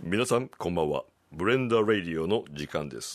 皆さんこんばんは。ブレンダーラディオの時間です。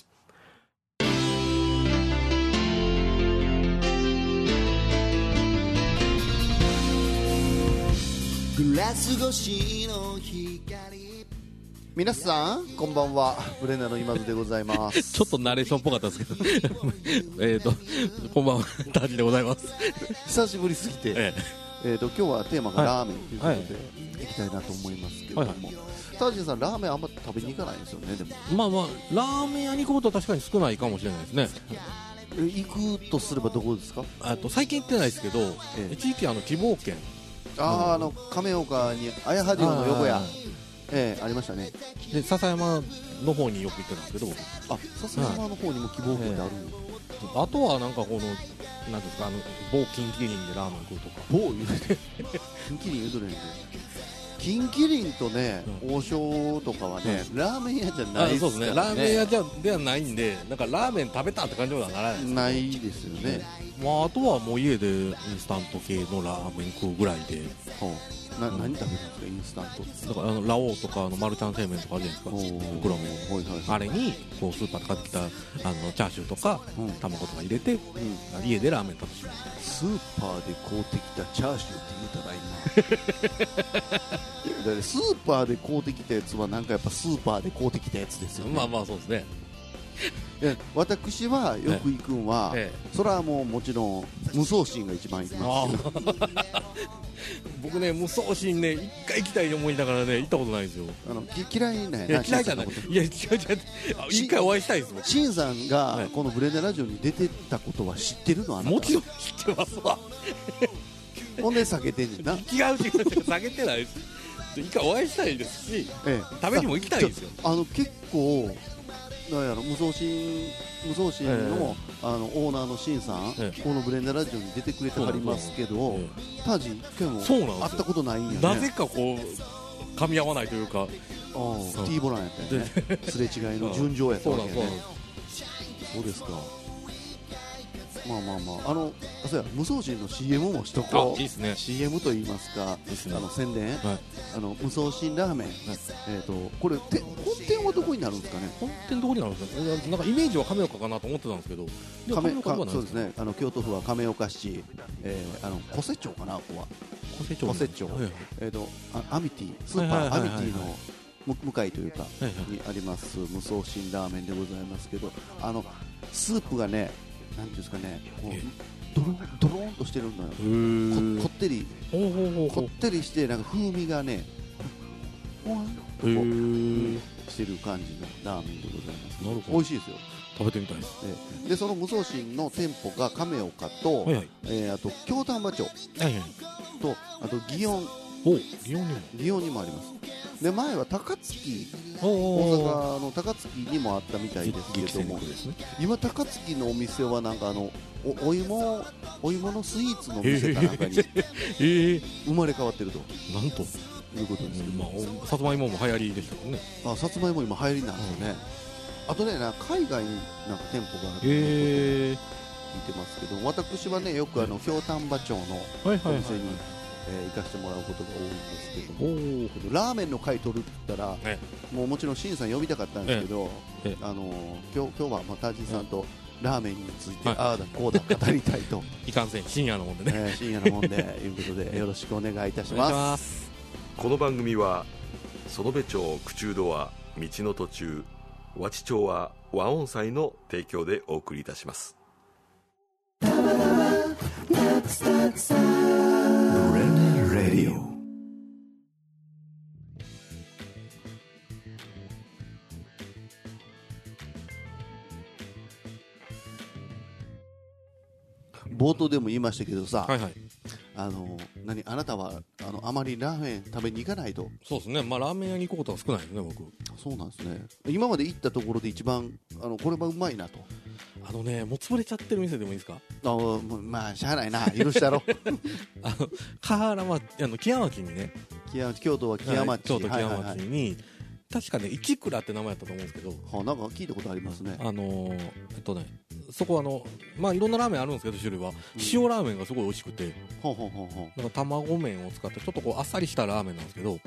グラス越しの光。皆さんこんばんは。ブレンダーの今津でございますちょっとナレーションっぽかったですけどこんばんは、タジでございます。 久しぶりすぎて、今日はテーマがラーメンということで、いきたいなと思いますけれども、タジさんラーメンあんま食べに行かないんですよね。でもまあまあラーメン屋に行くことは確かに少ないかもしれないですね。 行くとすればどこですか？ 最近行ってないですけど、一時期希望券、 亀岡に綾波城の横屋、ありましたね。 で笹山の方によく行ってたんですけど、 笹山の方にも希望券ってあるんですあとはなんかこのなんですか、某キンキリンでラーメン食うとか。 某言うてキンキリン言うとるんで、キンキリンとね、王将とかはね、ラーメン屋じゃないですからね。 そうですね、ラーメン屋ではないんで、なんかラーメン食べたって感じにはならないです。 ないですよね。 あとはもう家でインスタント系のラーメン食うぐらいで。 何食べるんですかインスタントって？ だからラオウとかマルちゃん製麺とかあるじゃないですか、袋麺、あれにこうスーパーで買ってきたチャーシューとか、卵とか入れて、家でラーメン楽しむ。 スーパーで買うてきたチャーシューって言うたら今だスーパーで買うてきたやつはなんかやっぱスーパーで買うてきたやつですよね。 まあまあそうですね。 私はよく行くんは、それはもちろん無双心が一番行きますけど僕ね、無双心ね、一回行きたいと思いながらね、行ったことないですよ。 嫌いなんやな。 嫌いじゃない。いや、違う、一回お会いしたいです。 シンさんがこのブレンダーラジオに出てたことは知ってるの？あなたもちろん知ってますわ。 ほんで避けてんねんな。 違う、避けてないです。一回お会いしたいですし、食べにも行きたいですよ。 結構なんやろ、無双心の、オーナーのシンさん、このブレンダーラジオに出てくれてはりますけど、タジ一回も会ったことないんやね。 なぜかこう噛み合わないというか、 T ボランやったよね。すれ違いの順調やったわけね。そうですか。そうや、無双心の CM もしとこう。 いいですね。 CM と言いますか、宣伝、無双心ラーメン、これ本店はどこになるんですかね？ 本店どこになるんですか？なんかイメージは亀岡かなと思ってたんですけど、 そうですね、京都府は亀岡市、小瀬町かな、ここは小瀬町、アミティスーパーアミティの向かいというかにあります無双心ラーメンでございますけど、スープがね、なんていうんですかね、こうドローンとしてるんだよ。こってりして、なんか風味がね、してる感じのラーメンでございます。美味しいですよ。 食べてみたいです。 でその無双心の店舗が亀岡と、あと京丹波町と、あと祇園にもあります。で前は高槻、大阪の高槻にもあったみたいですけども、今高槻のお店はなんかお芋のスイーツの店かなんかに生まれ変わってると、 なんということですけど、 さつまいもも流行りでしたもんね。 さつまいも今流行りなんですよね。あとね、海外になんか店舗があると聞いてますけど、私はねよく京丹波町のお店に行かせてもらうことが多いんですけども、ラーメンの回取るって言ったら、もちろんシンさん呼びたかったんですけど、今日はタジさんとラーメンについてああだこうだ語りたいといかんせん深夜のもんでね、 深夜のもんでいうことでよろしくお願いいたします。 この番組は園部町口中ドア道の途中、和知町は和音祭の提供でお送りいたします。 冒頭でも言いましたけどさ、あなたはあまりラーメン食べに行かないと。 そうですね、ラーメン屋に行くことは少ないですね、僕。 そうなんですね。今まで行ったところで一番これはうまいなと。 もう潰れちゃってる店でもいいですか？ しゃあないな、許したろ河原は木屋町にね、 京都は木屋町、 京都木屋町に、確かね一倉って名前だったと思うんですけど、 なんか聞いたことありますね。 そこはいろんなラーメンあるんですけど、種類は塩ラーメンがすごい美味しくて、なんか卵麺を使ってちょっとこうあっさりしたラーメンなんですけど、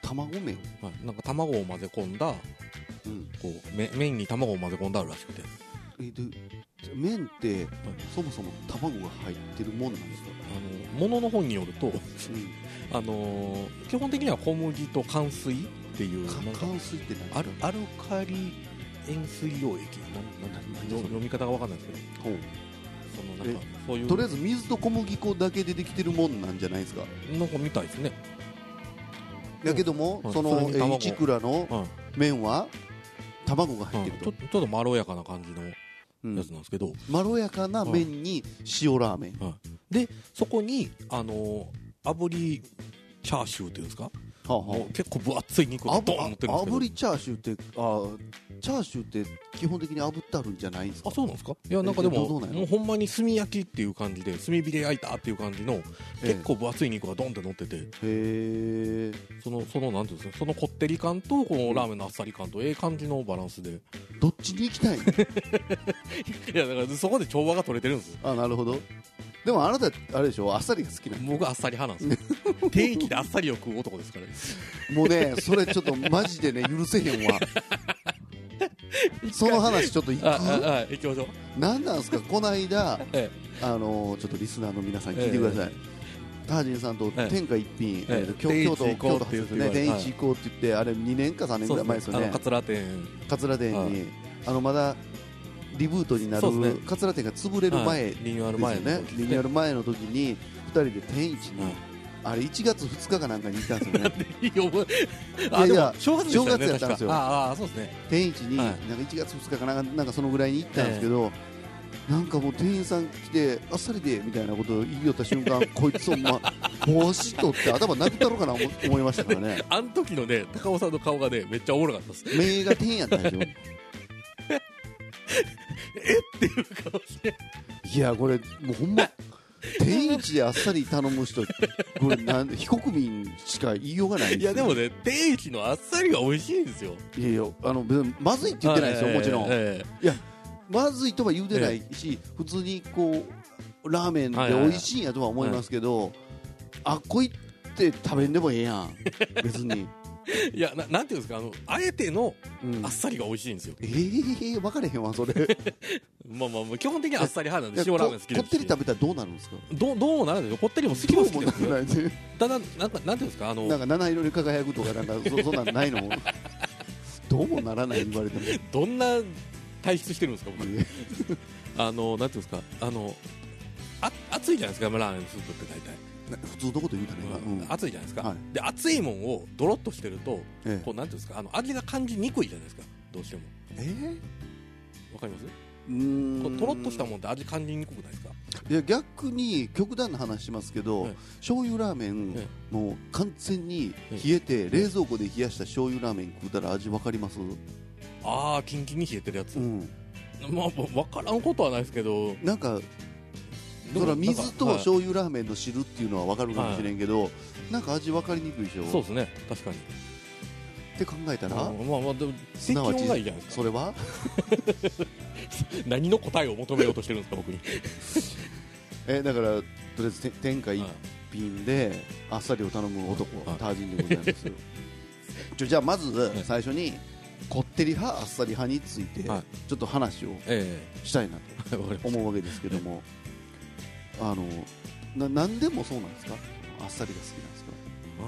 卵麺、 はい、なんか卵を混ぜ込んだ、こう麺に卵を混ぜ込んだあるらしくて。 で麺って、そもそも卵が入ってるもんなんですか？ 物の本によると、基本的には小麦と寒水っていう、 寒水って何ですか？ アルカリ塩水溶液、読み方が分かんないですけど、なんかそういう、 とりあえず水と小麦粉だけでできてるもんなんじゃないですか？ なんかみたいですね。 だけども、その一蔵の麺は卵が入ってると、 ちょっとまろやかな感じのやつなんですけど、 まろやかな麺に塩ラーメン、 でそこに炙りチャーシューっていうんですか、結構分厚い肉がドーン乗ってるんですけど、 炙りチャーシューってチャーシューって基本的に炙ってあるんじゃないんですか？ そうなんですか？いや、なんかでももうほんまに炭焼きっていう感じで、炭火で焼いたっていう感じの結構分厚い肉がドンって乗ってて、そのなんていうんですか、そのこってり感とこのラーメンのあっさり感と感じのバランスで、 どっちに行きたいの？ いや、だからそこで調和が取れてるんですよ。 なるほど。でもあなたあれでしょ、あっさりが好きなの？ 僕はあっさり派なんですよ。定期であっさりを食う男ですからね。 もうね、それちょっっとマジでね許せへんわ。その話ちょっと行く？ 行きましょう。 何なんですかこの間、ちょっとリスナーの皆さん聞いてください。タージンさんと天下一品、京都初ですね、天一行こうって言って、あれ2年か3年ぐらい前ですよね。桂店にまだリブートになる桂店が潰れる前ですよね。リニューアル前の時に2人で天一にあれ1月2日かなんかに行ったんですよね。いや正月やったんですよ。 そうですね。 天一になんか1月2日かなんかそのぐらいに行ったんですけど、なんかもう店員さん来てあっさりでみたいなことを言いよった瞬間こいつを帽子取って頭殴ったろうかな思いましたからね。 あの時のね高尾さんの顔がねめっちゃおもろかったです。 目が点やったでしょ。 っていう顔して、 いやこれもうほんま天一であっさり頼む人これ非国民しか言いようがないんですよ。 いやでもね天一のあっさりが美味しいんですよ。 いやいやまずいって言ってないですよもちろん。いやまずいとは言うてないし、普通にこうラーメンで美味しいんやとは思いますけど、あっこ行って食べんでもええやん別に。 いやなんていうんですかあえてのあっさりが美味しいんですよ。 分かれへんわそれ。 まあ基本的にあっさり派なんで塩ラーメン好きですし。 こってり食べたらどうなるんですか？ どうなるんですよ。こってりも好きは好きですよ。ただなんていうんですかなんか七色に輝くとかなんかそんなんないの？どうもならない言われても。 どんな体質してるんですか僕。なんていうんですか熱いじゃないですかラーメンのスープって大体。 普通のこと言うたね今。 熱いじゃないですか。で熱いもんをドロッとしてるとこうなんていうんですか味が感じにくいじゃないですかどうしても。わかります？とろっとしたもんって味感じにくくないですか？ いや逆に極端な話しますけど、醤油ラーメンもう完全に冷えて冷蔵庫で冷やした醤油ラーメン食うたら味わかります？ キンキンに冷えてるやつ。まあ分からんことはないですけど、 なんかだから水と醤油ラーメンの汁っていうのは分かるかもしれんけど、なんか味分かりにくいでしょ。 そうですね確かに。 って考えたら、 でも適温がいいじゃないですか。 それは何の答えを求めようとしてるんですか僕に。 だからとりあえず天下一品であっさりを頼む男、タージンでございます。じゃあまず最初にこってり派あっさり派についてちょっと話をしたいなと思うわけですけども、何でもそうなんですか？あっさりが好きなんですか？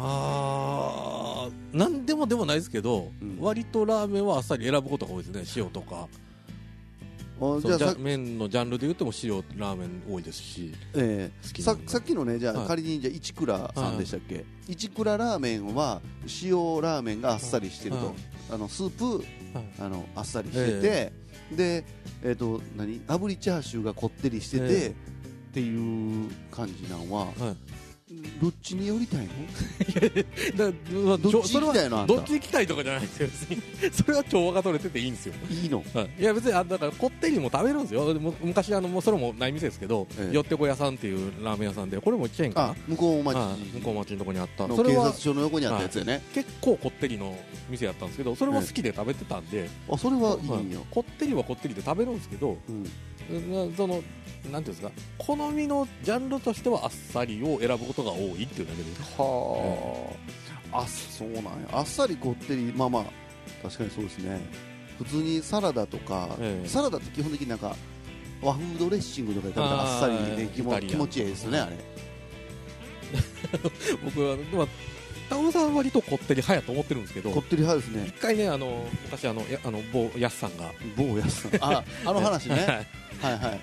なんでもでもないですけど、割とラーメンはあっさり選ぶことが多いですね。塩とか麺のジャンルで言っても塩ラーメン多いですし、 さっきのねじゃあ仮にじゃあ一倉さんでしたっけ？一倉ラーメンは塩ラーメンがあっさりしてると、スープあっさりしてて、で炙りチャーシューがこってりしててっていう感じなのは、どっちに寄りたいの？どっち行きたいの？あんたどっち行きたいとかじゃないですよ別に。それは調和が取れてていいんですよ。 いいの？ いや別にだからこってりも食べるんですよ。昔もうそれもない店ですけど、よってこ屋さんっていうラーメン屋さんで、これもチェーンかな。 向こう町のとこにあった。 それは警察署の横にあったやつよね。 結構こってりの店やったんですけど、それも好きで食べてたんで。 それはいいんよ。 こってりはこってりで食べるんですけど、そのなんていうんですか、好みのジャンルとしてはあっさりを選ぶことが多いっていうだけで。 そうなんや。あっさりこってり、まあまあ確かにそうですね。普通にサラダとか、サラダって基本的になんか和風ドレッシングとかで食べたらあっさりで気持ちいいですね、あれ。 僕はタオさんは割とこってり派やと思ってるんですけど、 こってり派ですね。 一回ね、昔某やすさんが、 某やすさん、あの話ねはいはい、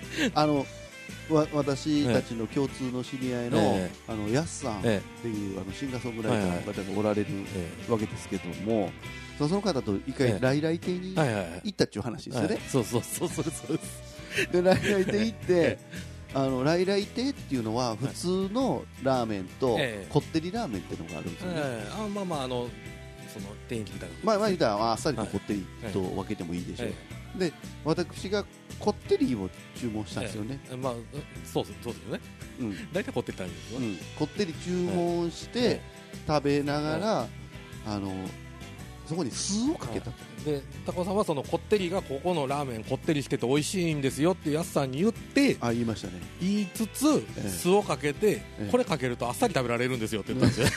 私たちの共通の知り合いの、やすさんっていうシンガーソングライターの方がおられるわけですけども、その方と一回来来亭に行ったっていう話ですよね。 そうですで来来亭行って来来亭っていうのは普通のラーメンとこってりラーメンっていうのがあるんですよね。 まあまあその天気みたいな、 まあ言ったらあっさりとこってりと分けてもいいでしょう。で私がこってりを注文したんですよね。 まあそうですよね。大体こってり食べるんですよ。 こってり注文して食べながらそこに酢をかけたと。 で高尾さんはそのこってりがここのラーメンこってりしてて美味しいんですよってやすさんに言って言いましたね。 言いつつ酢をかけてこれかけるとあっさり食べられるんですよって言ったんですよ。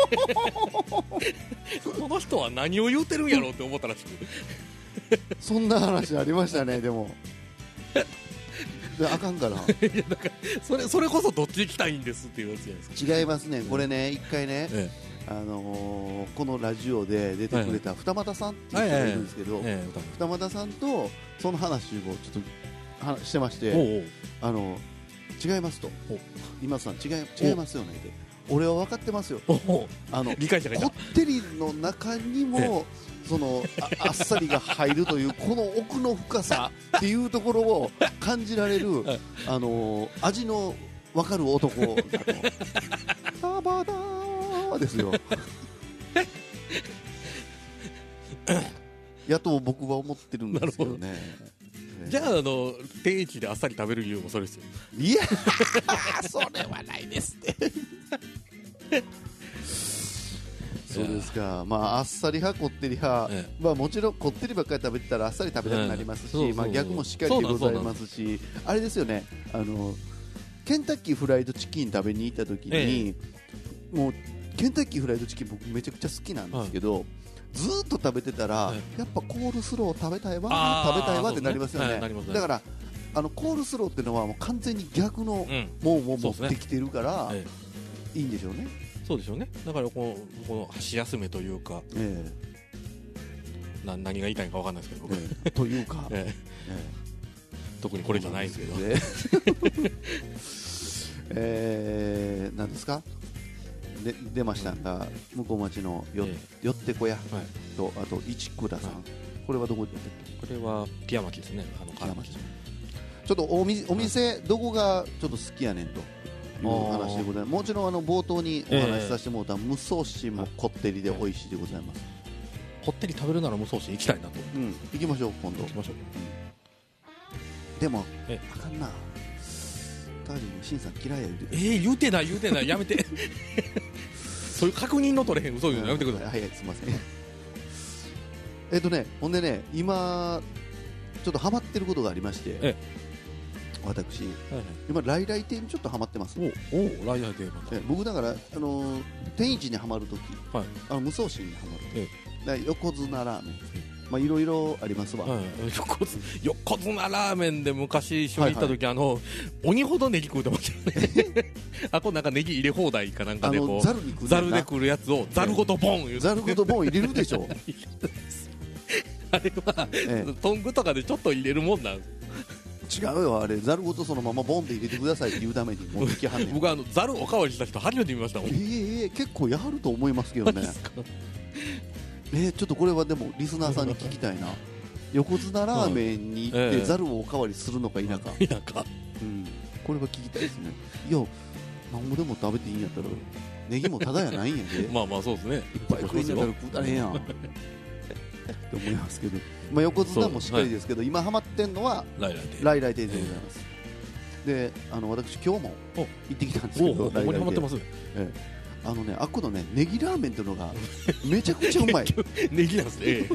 この人は何を言うてるんやろうって思ったらしくそんな話ありましたね。でもあかんからいやだからそれこそどっち行きたいんですっていうやつじゃないですか。違いますね。これね一回ね、このラジオで出てくれた二俣さんっていう人がいるんですけど、二俣さんとその話をちょっとしてまして、違いますと、今さん違いますよねって、俺は分かってますよ、 理解者がいた。 こってりの中にもそのあっさりが入るというこの奥の深さっていうところを感じられる味の分かる男だとサバダーですよやと僕は思ってるんですけどね。 じゃあ定位置であっさり食べる理由もそれですよ。 いやそれはないですってそうですか。まああっさり派こってり派、まあもちろんこってりばっかり食べてたらあっさり食べたくなりますし、まあ逆もしっかりでございますし、あれですよね、ケンタッキーフライドチキン食べに行った時に、もうケンタッキーフライドチキン僕めちゃくちゃ好きなんですけど、ずーっと食べてたら、やっぱコールスロー食べたいわってなりますよね。だからコールスローっていうのはもう完全に逆のもんを持ってきてるから、いいんでしょうね。 そうでしょうね。だからこの箸休めというか、何が言いたいか分かんないですけど、 というか、 特にこれじゃないんですけど、 何ですか、出ましたが向こう町のよってこ屋と、あと市倉さん、これはどこでやったっけ。 これは木屋町ですね。 木屋町。ちょっとお店どこがちょっと好きやねんという話でございます。もちろん冒頭にお話しさせてもらった無双市もこってりで美味しいでございます。 こってり食べるなら無双市行きたいなと。 行きましょう今度。 行きましょう。 でもあかんな、多分新さん嫌いや言うてた。言うてないやめてそういう確認の取れへん嘘言うのやめてください。 はい、すいませんほんでね、今ちょっとハマってることがありまして、私、今来来亭にちょっとハマってます。 来来亭、 僕だから天一にハマるとき、無双心にハマる、横綱ラーメン、まあいろいろありますわ。 横綱ラーメンで昔一緒に行ったとき、鬼ほどネギ食うてましたよねこれなんかネギ入れ放題かなんかでこうザルで食うやつをザルごとボン、 ザルごとボン入れるでしょあれは、トングとかでちょっと入れるもんなん。 違うよ、あれザルごとそのままボンって入れてくださいって言うために持ってきはんねん。 僕ザルおかわりした人初めて見ましたもん。 結構やると思いますけどねちょっとこれはでもリスナーさんに聞きたいな横綱ラーメンに行ってザルをおかわりするのか否か、これは聞きたいですね。いや何もでも食べていいんやったらネギもただやないんやでまあそうですね、いっぱい食いんやったら食うたらええやんって思いますけど、横綱もしっかりですけど、今ハマってんのは来来亭でございます。で私今日も行ってきたんですけど、 来来亭ハマってますね。 あっこのねネギラーメンっていうのがめちゃくちゃうまいネギなんですね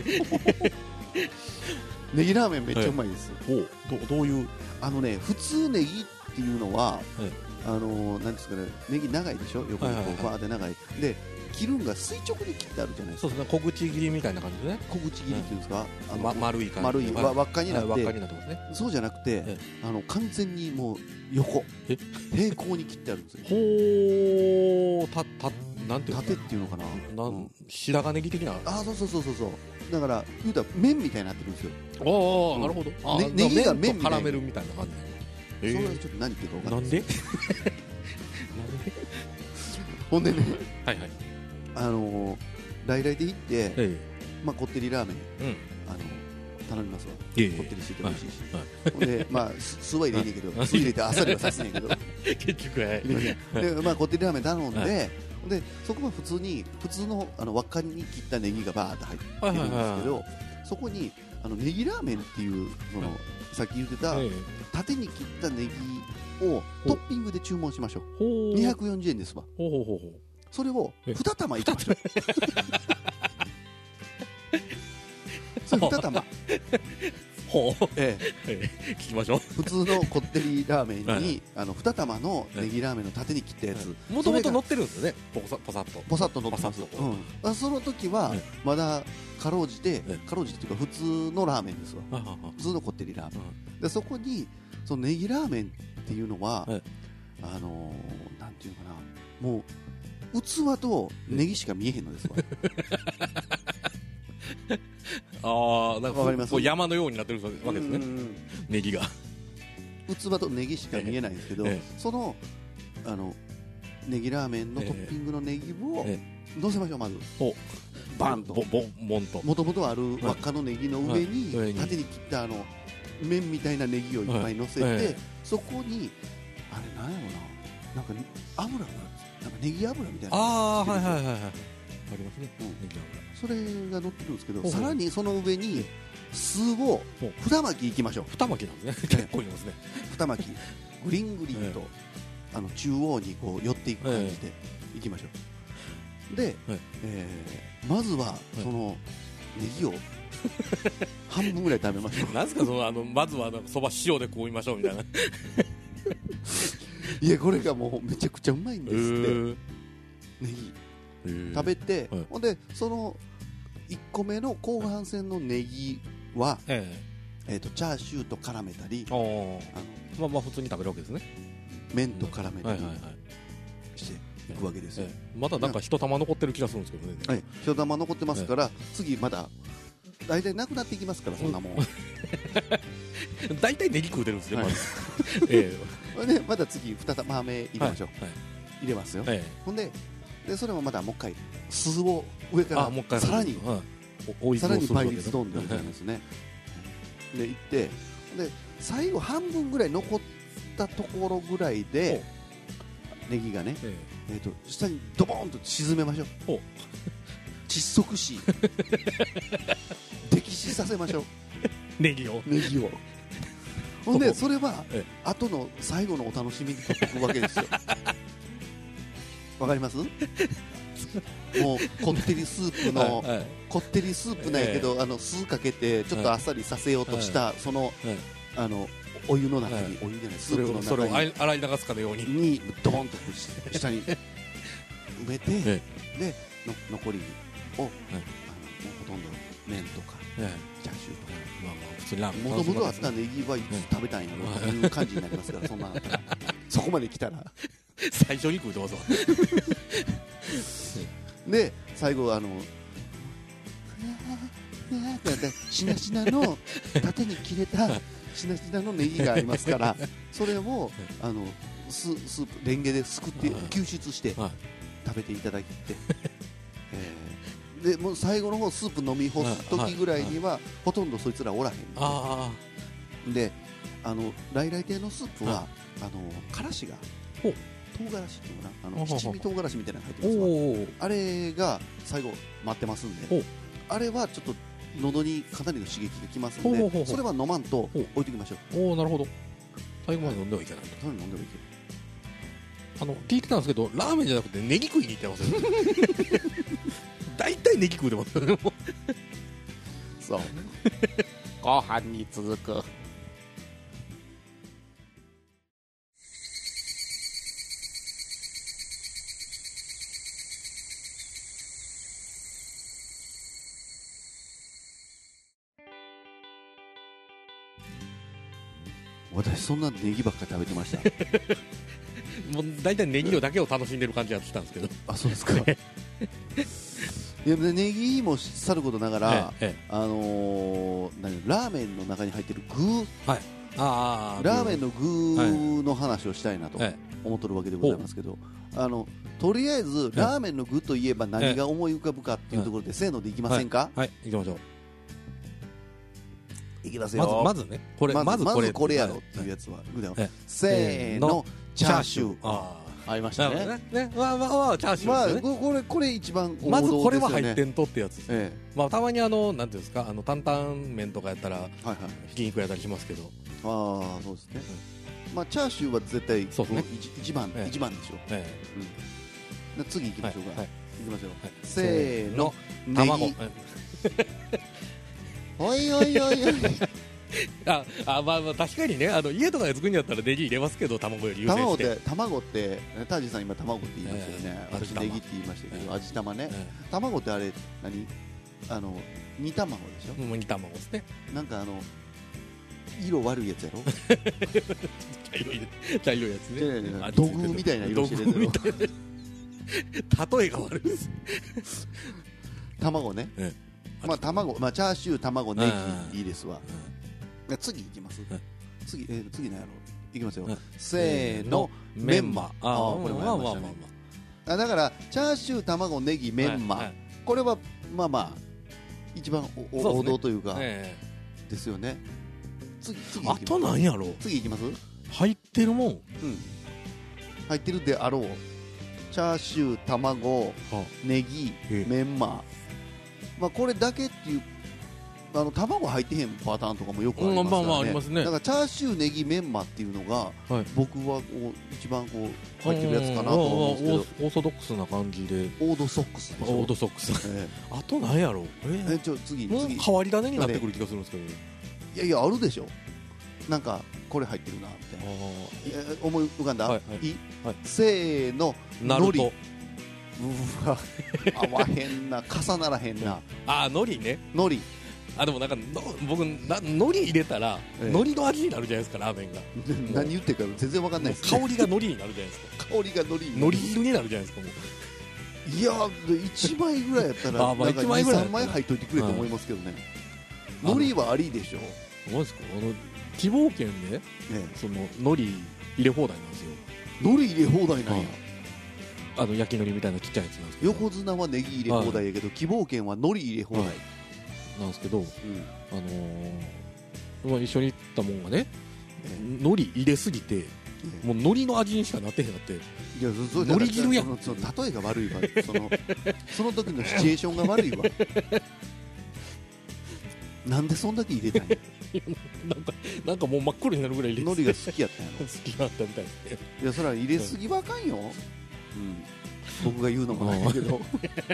ネギラーメンめっちゃうまいです。 どういう普通ネギっていうのはなんですかね、ネギ長いでしょ、横にこうバーって長いで、 切るんが垂直に切ってあるじゃないですか。 そうですね、小口切りみたいな感じでね。 小口切りっていうんですか、 丸い感じ、 丸い輪っかになって、 輪っかになってますね。 そうじゃなくて、完全にもう横平行に切ってあるんですよ。 ほー、なんていうの、 縦っていうのかな、 白髪ネギ的な。 そうだから言うたら麺みたいになってるんですよ。 なるほど。 ネギが麺みたいな、 絡めるみたいな感じ。 それはちょっと何言ってるか分かんない。 なんでほんでね、 はいはい、 来来で行って、こってりラーメン、頼みますわ。こってりしてて美味しいし、ほんで酢は入れねえけど、酢入れてあっさりはさすねんけど結局でこってりラーメン頼んで、でそこは普通の輪っかに切ったネギがバーッと入ってるんですけど、そこにネギラーメンっていうさっき言ってた縦に切ったネギをトッピングで注文しましょう。240円ですわ。それを2玉いきましょう。それ2玉聞きましょう。 普通のこってりラーメンに2玉のネギラーメンの縦に切ったやつ、 もともと乗ってるんですよね。ポサッと乗ってます。その時はまだかろうじてっていうか普通のラーメンですわ。普通のこってりラーメンで、そこにそのネギラーメンっていうのはなんていうかな、もう器とネギしか見えへんのですわ。 なんかわかります。山のようになってるわけですね、ネギが。 器とネギしか見えないんですけど、そのネギラーメンのトッピングのネギを乗せましょう。まずバンともともとある輪っかのネギの上に縦に切った麺みたいなネギをいっぱい乗せて、そこにあれなんやろな、なんか油なんかネギ油みたいな、 ありますね、ネギ油。 それが乗ってるんですけど、さらにその上に酢を二巻きいきましょう。 二巻きなんですね。結構いますね。 二巻きグリングリンと中央にこう寄っていく感じでいきましょう。でまずはそのネギを半分ぐらい食べましょう。 なんですかまずはそば塩でこういましょうみたいな。 いや、これがもうめちゃくちゃうまいんですって。ネギ食べて、ほんでその1個目の後半戦のネギはチャーシューと絡めたり、 普通に食べるわけですね。 麺と絡めたりしていくわけですよ。 まだなんか一玉残ってる気がするんですけどね。 一玉残ってますから、次まだ大体なくなっていきますから、そんなもん。 大体ネギ食うてるんですね、まず。 でまだ次2玉目入れましょう。入れますよ。ほんでそれもまだもう一回酢を上からさらに倍率ドンでみたいなですね。でいって、で最後半分ぐらい残ったところぐらいでネギがね、下にドボンと沈めましょう。窒息死溺死させましょう。 ネギをほんでそれは後の最後のお楽しみに取っていくわけですよ。わかります？もうこってりスープのこってりスープなんやけど、酢かけてちょっとあっさりさせようとしたそのお湯の中に、お湯じゃないスープの中に、 それを洗い流すかのようにドボンと下に埋めて、で残りをもうほとんど麺とかチャーシューとか、 普通にラーメンもともとあったネギはいつ食べたんやろという感じになりますから、そんなそこまで来たら最初に食うてますわ。 で最後しなしなの縦に切れたしなしなのネギがありますから、それをスープレンゲですくって抽出して食べていただいて、でもう最後の方スープ飲み干す時ぐらいにはほとんどそいつらおらへんで、来来亭のスープはからしが唐辛子っていうかな、七味唐辛子みたいなの入ってますわ。あれが最後待ってますんで、あれはちょっと喉にかなりの刺激がきますんで、それは飲まんと置いておきましょう。 なるほど。最後まで飲んではいけないと。 飲んではいけない。聞いてたんですけど、ラーメンじゃなくてネギ食いに行ってますよね。大体ネギ食うてますよね。 そう。後半に続く。 私そんなネギばっかり食べてましたもう大体ネギ量だけを楽しんでる感じがしたんですけどあそうですかいやネギもさることながら、ラーメンの中に入ってる具、ラーメンの具の話をしたいなと思ってるわけでございますけど、とりあえずラーメンの具といえば何が思い浮かぶかっていうところで、せーのでいきませんか。 はい、行きましょう。 いきますよ。 まずね、これまずこれやろっていうやつは、せーの、チャーシュー。ありましたね。 まあチャーシューですね。 これ一番王道ですよね。 まずこれは入ってんとってやつ。まあたまになんていうんですか、担々麺とかやったらひき肉やったりしますけど。 ああそうですね。まあチャーシューは絶対一番でしょう。次行きましょうか。行きますよ。せーの、 卵。 おいおいおいおい。 まあ確かにね、家とかで作るんやったらネギ入れますけど、卵より優先して。 卵ってタージさん今卵って言いましたよね。私ネギって言いましたけど、味玉ね。卵ってあれ煮卵でしょ。 煮卵ですね。 なんか色悪いやつやろ。 茶色いやつね。 土偶みたいな色してるやつやろ。例えが悪いです。 卵ね。まあチャーシュー、卵、ネギいいですわ。次いきます。次なんやろ。いきますよ。せーの、メンマ。これもやりましたね。だからチャーシュー、卵、ネギ、メンマ。これはまあ一番王道というかですよね。次あとなんやろう。 次いきます。 入ってるもん。 入ってるであろう。チャーシュー、卵、ネギ、メンマ。まあこれだけっていう卵入ってへんパターンとかもよくありますからね。だからチャーシュー、ネギ、メンマっていうのが僕は一番入ってるやつかなと思うんですけど、 オーソドックスな感じで。 オードソックスでしょ。 オードソックス。あとなんやろう。 次変わり種になってくる気がするんですけど。 いやあるでしょ。なんかこれ入ってるなみたいな思い浮かんだ。せーの、 ナルト。 うわ合わへんな、重ならへんな。 海苔ね。 海苔。 でもなんか僕海苔入れたら海苔の味になるじゃないですか、ラーメンが。 何言ってるか全然わかんないです。 香りが海苔になるじゃないですか。 香りが海苔色になるじゃないですか。もういや1枚ぐらいやったらなんか2、3枚入っといてくれと思いますけどね。海苔はありでしょ。 そうですか。希望券でその海苔入れ放題なんですよ。 海苔入れ放題なんや。 焼き海苔みたいなちっちゃいやつなんですけど、 横綱はネギ入れ放題やけど、希望券は海苔入れ放題なんですけど、一緒に行ったもんがね、海苔入れすぎてもう海苔の味にしかなってへんなって。いや海苔汁やん。 例えが悪いわ。その時のシチュエーションが悪いわ。なんでそんだけ入れたんや。 なんかもう真っ黒になるぐらい入れて、 海苔が好きやったんやろ。 好きだったみたいですね。 いやそれは入れすぎはあかんよ。僕が言うのもないけど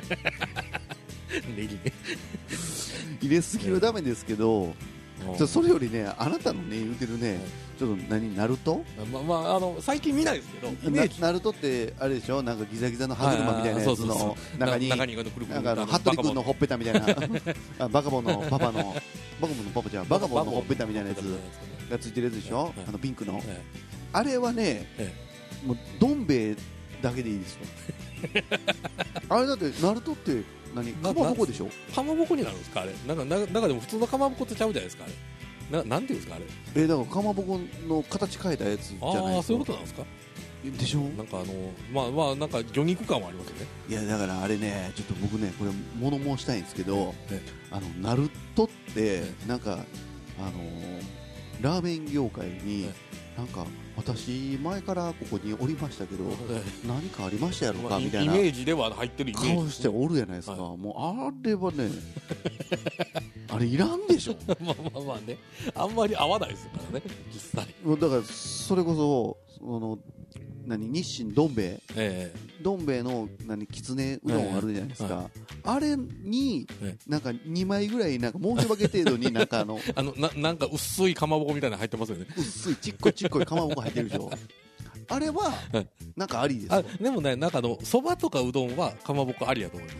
ネギね入れすぎはダメですけど、それよりね、あなたのね言うてるね、ちょっとナルト、 最近見ないですけど、 ナルトってあれでしょ、なんかギザギザの歯車みたいなやつの中にハットリ君のほっぺたみたいなバカボンのパパじゃん、バカボンのほっぺたみたいなやつがついてるやつでしょ、ピンクの。あれはね、もうどん兵衛だけでいいですよ。あれだってナルトって何、かまぼこでしょ。 かまぼこになるんですかあれ。なんかでも普通のかまぼこってちゃうじゃないですかあれ。なんていうんですかあれ。 だからかまぼこの形変えたやつじゃないですか。 ああそういうことなんですか。 でしょ。 なんかなんか魚肉感はありますよね。 いやだからあれね、ちょっと僕ねこれ物申したいんですけど、ナルトってなんかラーメン業界になんか私前からここにおりましたけど何かありましたやろかみたいなイメージでは入ってるイメージ顔しておるじゃないですか。もうあれはねあれいらんでしょ。 まあね、あんまり合わないですからね実際。 だからそれこそ日清どん兵衛、どん兵衛のきつねうどんあるじゃないですか、あれになんか2枚ぐらいなんか申し訳程度になんかなんか薄いかまぼこみたいなの入ってますよね。 薄いちっこいかまぼこ入ってるでしょ。あれはなんかありですよ。 でもね、なんかそばとかうどんはかまぼこありやと思います。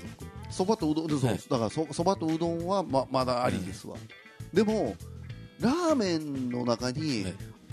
そばとうどん、だからそばとうどんはまだありですわ。でもラーメンの中に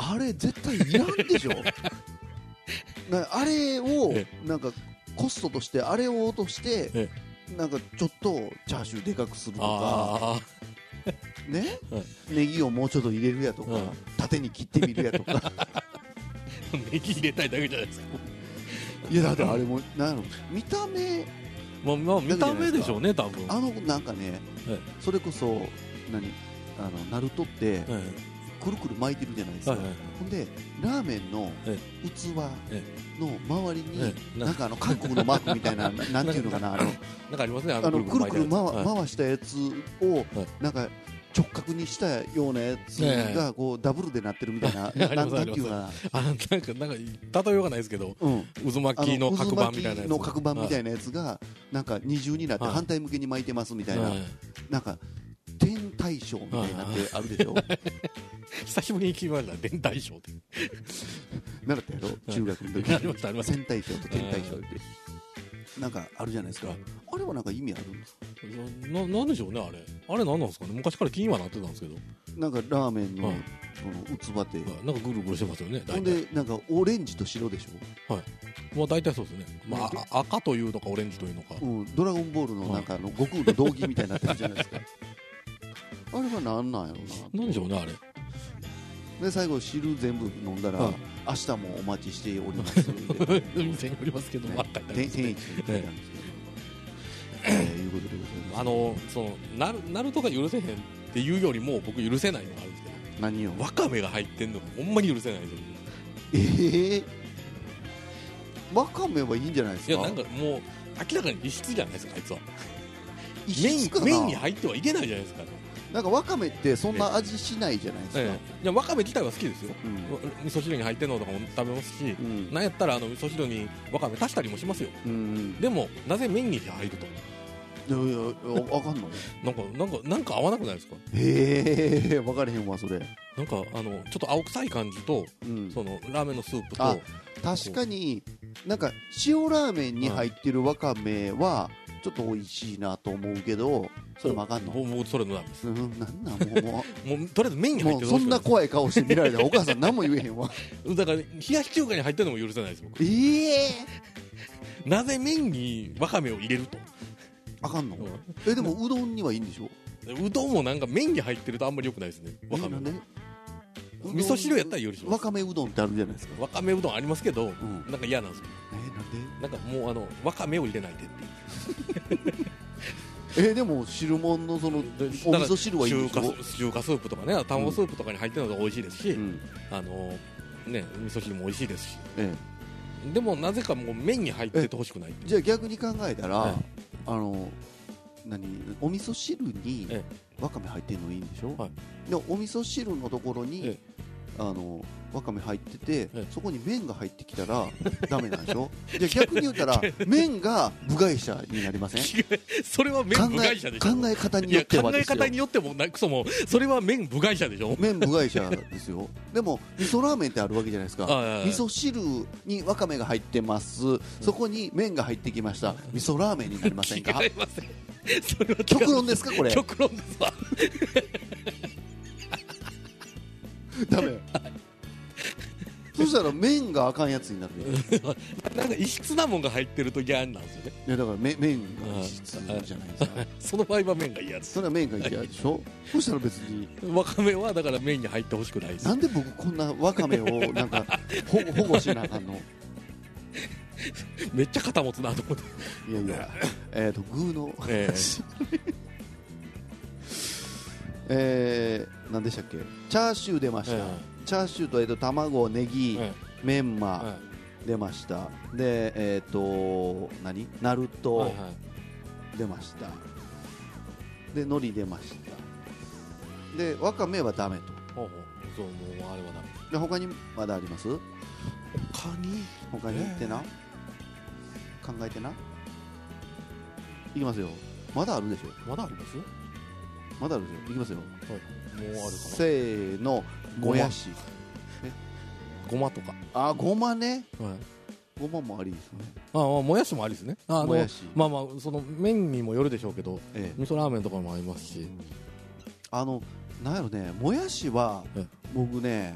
あれ絶対いらんでしょあれをなんかコストとしてあれを落としてなんかちょっとチャーシューでかくするとかね、ネギをもうちょっと入れるやとか、縦に切ってみるやとかネギ入れたいだけじゃないですか。 いやだってあれもなんやろ見た目まあ見た目でしょうね多分。 なんかね、それこそナルトって、くるくる巻いてるじゃないですか、ほんでラーメンの器の周りに、なんか韓国のマークみたいななんていうのかななんかありますね、 くるくる回したやつをなんか直角にしたようなやつがこうダブルでなってるみたいななんていうかなんか例えようがないですけど、渦巻きの角板みたいなやつの角板みたいなやつがなんか二重になって反対向けに巻いてますみたいな、なんか天大将みたいなってあるでしょ久しぶりに聞きました天大将って習ったやろ中学の時ありましたありました。 天大将と天大将ってなんかあるじゃないですか。あれはなんか意味あるんですか。 なんでしょうねあれなんなんですかね。昔から気にはなってたんですけど、 なんかラーメンのその器ってなんかぐるぐるしてますよね。 ほんでなんかオレンジと白でしょ。はい。 まあ大体そうですね。まあ赤というのかオレンジというのか。 ドラゴンボールのなんか悟空の道着みたいになってるじゃないですか。あれはなんなんやろうな。 なんでしょうねあれ。 で最後汁全部飲んだら、明日もお待ちしております店におりますけど、 天一に書いてあるんですよ。いうことでございます。 そのナルトが許せへんっていうよりも僕許せないのがあるんですけど、 何をわかめが入ってんのがほんまに許せないですよ。 わかめはいいんじゃないですか。 いやなんかもう明らかに異質じゃないですかあいつは。 異質かな。 麺に入ってはいけないじゃないですか。 なんかわかめってそんな味しないじゃないですか。 いやわかめ自体は好きですよ、味噌汁に入ってるのとかも食べますし、なんやったら味噌汁にわかめ足したりもしますよ、でもなぜ麺に入ると。 いやわかんないなんか合わなくないですか。 分かれへんわそれ。 なんかちょっと青臭い感じと、そのラーメンのスープと。 確かになんか塩ラーメンに入ってるわかめはちょっと美味しいなと思うけど、それもあかんの。 もうそれのなんです。 なんなんもうとりあえず麺に入ってる。 そんな怖い顔して見られたらお母さん何も言えへんわ。 だから冷やし中華に入ってるのも許せないです僕。なぜ麺にわかめを入れると。 あかんの。でもうどんにはいいんでしょ。 うどんもなんか麺に入ってるとあんまり良くないですね。わかめ。味噌汁やったら許します。 わかめうどんってあるじゃないですか。 わかめうどんありますけど、なんか嫌なんですよ。 なんで？ なんかもうわかめを入れないでっていう。 でも汁物のそのお味噌汁はいいんでしょ。 中華スープとかね、卵スープとかに入ってるのが美味しいですし、ね味噌汁も美味しいですし。でもなぜかもう麺に入っててほしくない。 じゃあ逆に考えたら、お味噌汁にわかめ入ってるのいいんでしょ。でお味噌汁のところにわかめ入ってて、そこに麺が入ってきたらダメなんでしょ。じゃあ逆に言ったら麺が部外者になりません。 それは麺部外者でしょ。 考え方によってはですよ。 考え方によってもクソもそれは麺部外者でしょ。 麺部外者ですよ。でも味噌ラーメンってあるわけじゃないですか。味噌汁にわかめが入ってます、そこに麺が入ってきました、味噌ラーメンになりませんか。 違いません。それは極論ですかこれ。 極論ですわ。 ダメ。そしたら麺があかんやつになるよ。 なんか異質なもんが入ってると嫌なんですよね。 いやだから麺が異質じゃないですか。 その場合は麺が嫌です。 それは麺が嫌でしょ。そしたら別にわかめはだから麺に入ってほしくないです。 なんで僕こんなわかめをなんか保護しなあかんの。 めっちゃ肩持つなと思って。 いやいや具の何でしたっけ。チャーシュー出ました、チャーシューと卵、ネギ、メンマ出ました。でナルト出ました。で海苔出ました。でわかめはダメと。 そうもうあれはダメで他にまだあります。他にってな、考えてな。いきますよ。まだあるでしょ。 まだあります。 まだあるでしょ。いきますよ。 もうあるかな。 せーの。もやし。 ごまとか。 ごまね。ごまもありですね。 もやしもありですね。 もやし。 まあその麺にもよるでしょうけど、味噌ラーメンとかもありますし。 なんやろね、もやしは僕ね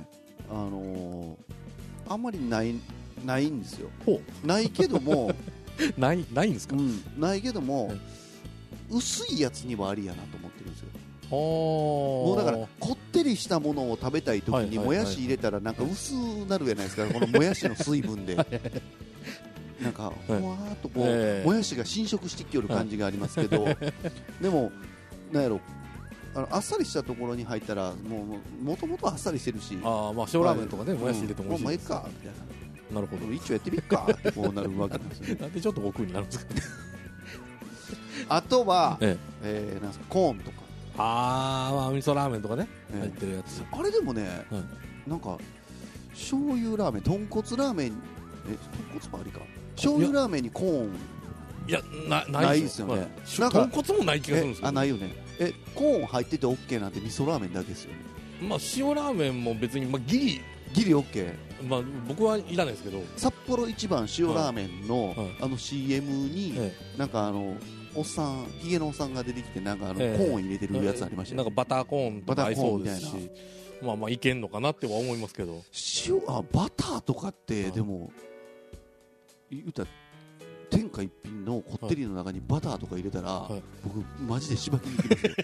あんまりないんですよ。ないけどもないんですか？ ないけども、薄いやつにはありやなと思ってるんですよ。もうだからこってりしたものを食べたい時にもやし入れたらなんか薄なるじゃないですか、このもやしの水分でなんかふわーっとこうもやしが侵食してきよる感じがありますけど、でもなんやろ、あっさりしたところに入ったらもともとあっさりしてるし、 まあ塩ラーメンとかね、もやし入れても美味しいです。 もういいかみたいな、 なるほど、 一応やってみっかってこうなるわけなんですよね。 なんでちょっと奥になるんですか？ あとは、なんですか、コーンとか、 まあ味噌ラーメンとかね、入ってるやつ。 あれでもね、なんか醤油ラーメン、豚骨ラーメン、豚骨もありか、醤油ラーメンにコーン、 いやないですよね。 なんか豚骨もない気がするんですけど。 ないよね。コーン入ってて OK なんて味噌ラーメンだけですよね。 まあ塩ラーメンも別にギリ OK。 まあ僕はいらないですけど、 札幌一番塩ラーメンのCM になんかおっさん、ヒゲのおっさんが出てきてなんかコーン入れてるやつありましたよね。 なんかバターコーンとか合いそうですし、まあいけんのかなっては思いますけど。 バターとかってでも言うたら天下一品のこってりの中にバターとか入れたら、僕マジでしばきに行きますよ。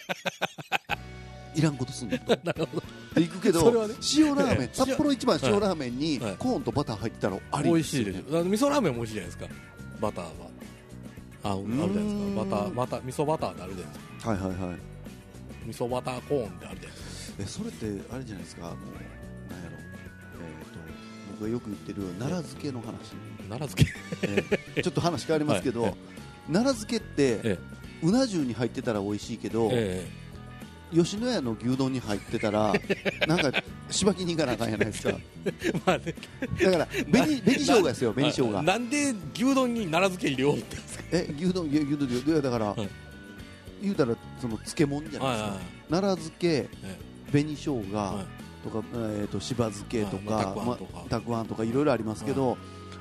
いらんことすんのと。で行くけど、塩ラーメン、札幌一番塩ラーメンにコーンとバター入ってたらありですよね。 美味しいですよ。味噌ラーメンも美味しいじゃないですか。バターはあるじゃないですか。バター味噌バターってあるじゃないですか。 はいはいはい。 味噌バターコーンってあるじゃないですか。 それってあれじゃないですか。もうなんやろ。僕がよく言ってる奈良漬けの話。 奈良漬け、ちょっと話変わりますけど、奈良漬けってうな重に入ってたら美味しいけど、吉野家の牛丼に入ってたらなんかしばきに行かなあかんやないですか。 まあね、 だから紅生姜ですよ、紅生姜。 なんで牛丼に奈良漬け入れようって牛丼だから、言うたらその漬物じゃないですか。奈良漬け、紅生姜とか、しば漬けとかたくあんとかいろいろありますけど、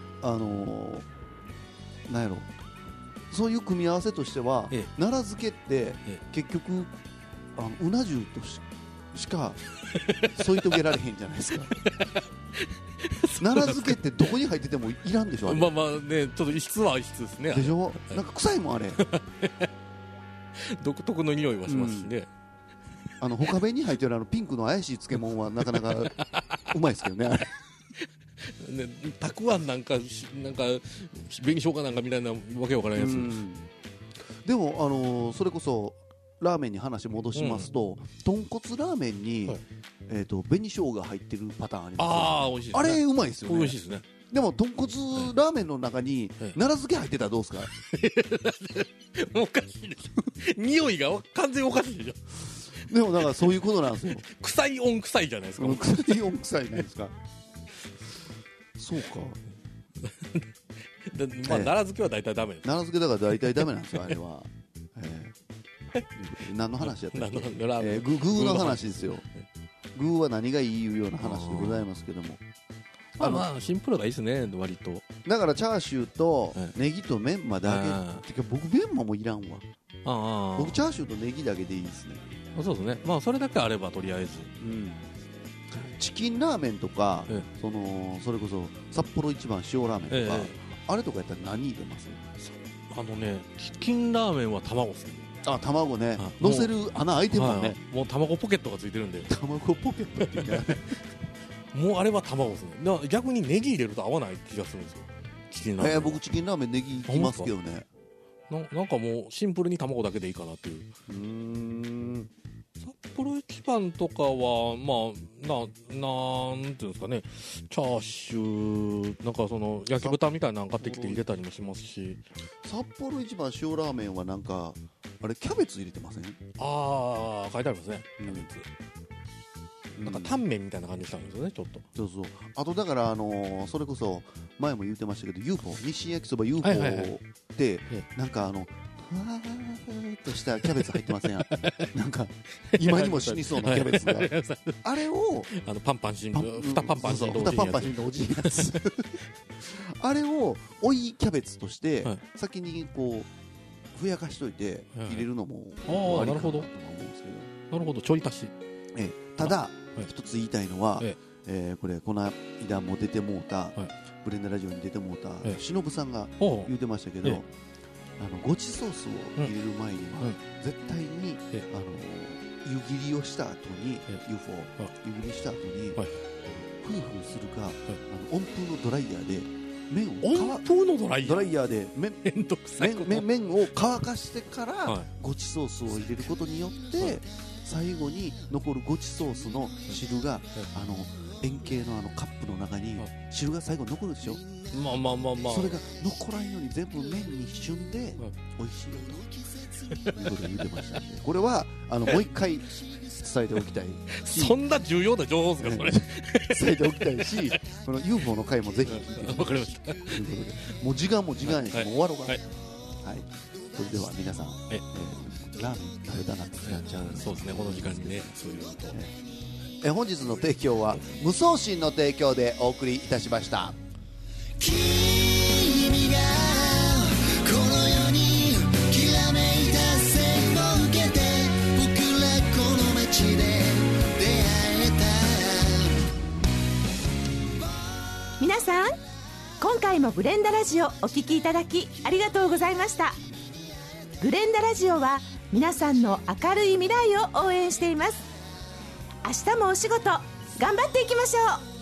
なんやろ、そういう組み合わせとしては、奈良漬けって結局うな重としか添い遂げられへんじゃないですか。奈良漬けってどこに入っててもいらんでしょ。 まあね、ちょっと異質は異質ですね。 でしょ。なんか臭いもんあれ。 独特の匂いはしますしね。 他弁に入ってるピンクの怪しい漬物はなかなかうまいですけどね。あれね、たくあんなんか紅生姜なんかみたいなわけわからんやつ。 でもそれこそラーメンに話戻しますと、豚骨ラーメンに、紅生姜入ってるパターンありますよね。 美味しいですね。 あれうまいですよね。 美味しいですね。 でも豚骨ラーメンの中に奈良漬け入ってたらどうですか？ おかしいでしょ。匂いが完全におかしいでしょ。 でもだからそういうことなんですよ。 臭い温臭いじゃないですか。 臭い温臭いじゃないですか。そうか。 奈良漬けは大体ダメです。 奈良漬けだから大体ダメなんですよ、あれは。何の話やったっけ？具の話ですよ。具は何がいいいうような話でございますけども。 まあシンプルがいいですね、割と。 だからチャーシューとネギとメンマだけ。てか僕メンマもいらんわ。僕チャーシューとネギだけでいいですね。 そうですね。まあそれだけあればとりあえず。 チキンラーメンとか、それこそ札幌一番塩ラーメンとか、あれとかやったら何入れます？ チキンラーメンは卵ですね。 卵ね。乗せる穴開いてるもんね。 もう卵ポケットがついてるんで。 卵ポケットっていうかもうあれは卵ですね。逆にネギ入れると合わない気がするんですよ。チキンラーメン。 僕チキンラーメンネギいきますけどね。 なんかもうシンプルに卵だけでいいかなっていう。札幌一番とかはなんていうんですかね、チャーシューなんかその焼き豚みたいなの買ってきて入れたりもしますし。 札幌一番塩ラーメンはなんかあれキャベツ入れてません？ 書いてありますね。キャベツ。なんかタンメンみたいな感じしたんですよね、ちょっと。 そう。あとだからそれこそ前も言ってましたけど UFO 日清焼きそば UFO ってなんかふわーっとしたキャベツ入ってません？なんか今にも死にそうなキャベツがあれをパンパンしんど蓋パンパンしんどおじいやつあれを追いキャベツとして先にこうふやかしといて入れるのもありかなと思うんですけど。 なるほど、ちょい足し。 ただ一つ言いたいのはこれこの間も出てもうた、ブレンダラジオに出てもうた忍さんが言ってましたけど、ごちソースを入れる前には絶対に湯切りをした後に UFO 湯切りした後にフーフーするか温風のドライヤーで麺を温風のドライヤーで麺を乾かしてからごちソースを入れることによって最後に残るごちソースの汁が円形のカップの中に汁が最後残るでしょ。それが残らんように全部麺に旬で美味しいよということを言ってましたので、これはもう一回伝えておきたい。 そんな重要な情報ですかそれ。 伝えておきたいし、この UFO の回もぜひ聞いて。 わかりました。 ということで、もう時間やし、もう終わろうかな。はい。それでは皆さん、ラーメン食べたなってなっちゃう。 そうですね、この時間にね、そういうと。本日の提供は無双心の提供でお送りいたしました。君がこの世にきらめいた線を受けて僕らこの街で出会えた。皆さん、今回もブレンダラジオお聞きいただきありがとうございました。ブレンダラジオは皆さんの明るい未来を応援しています。明日もお仕事頑張っていきましょう。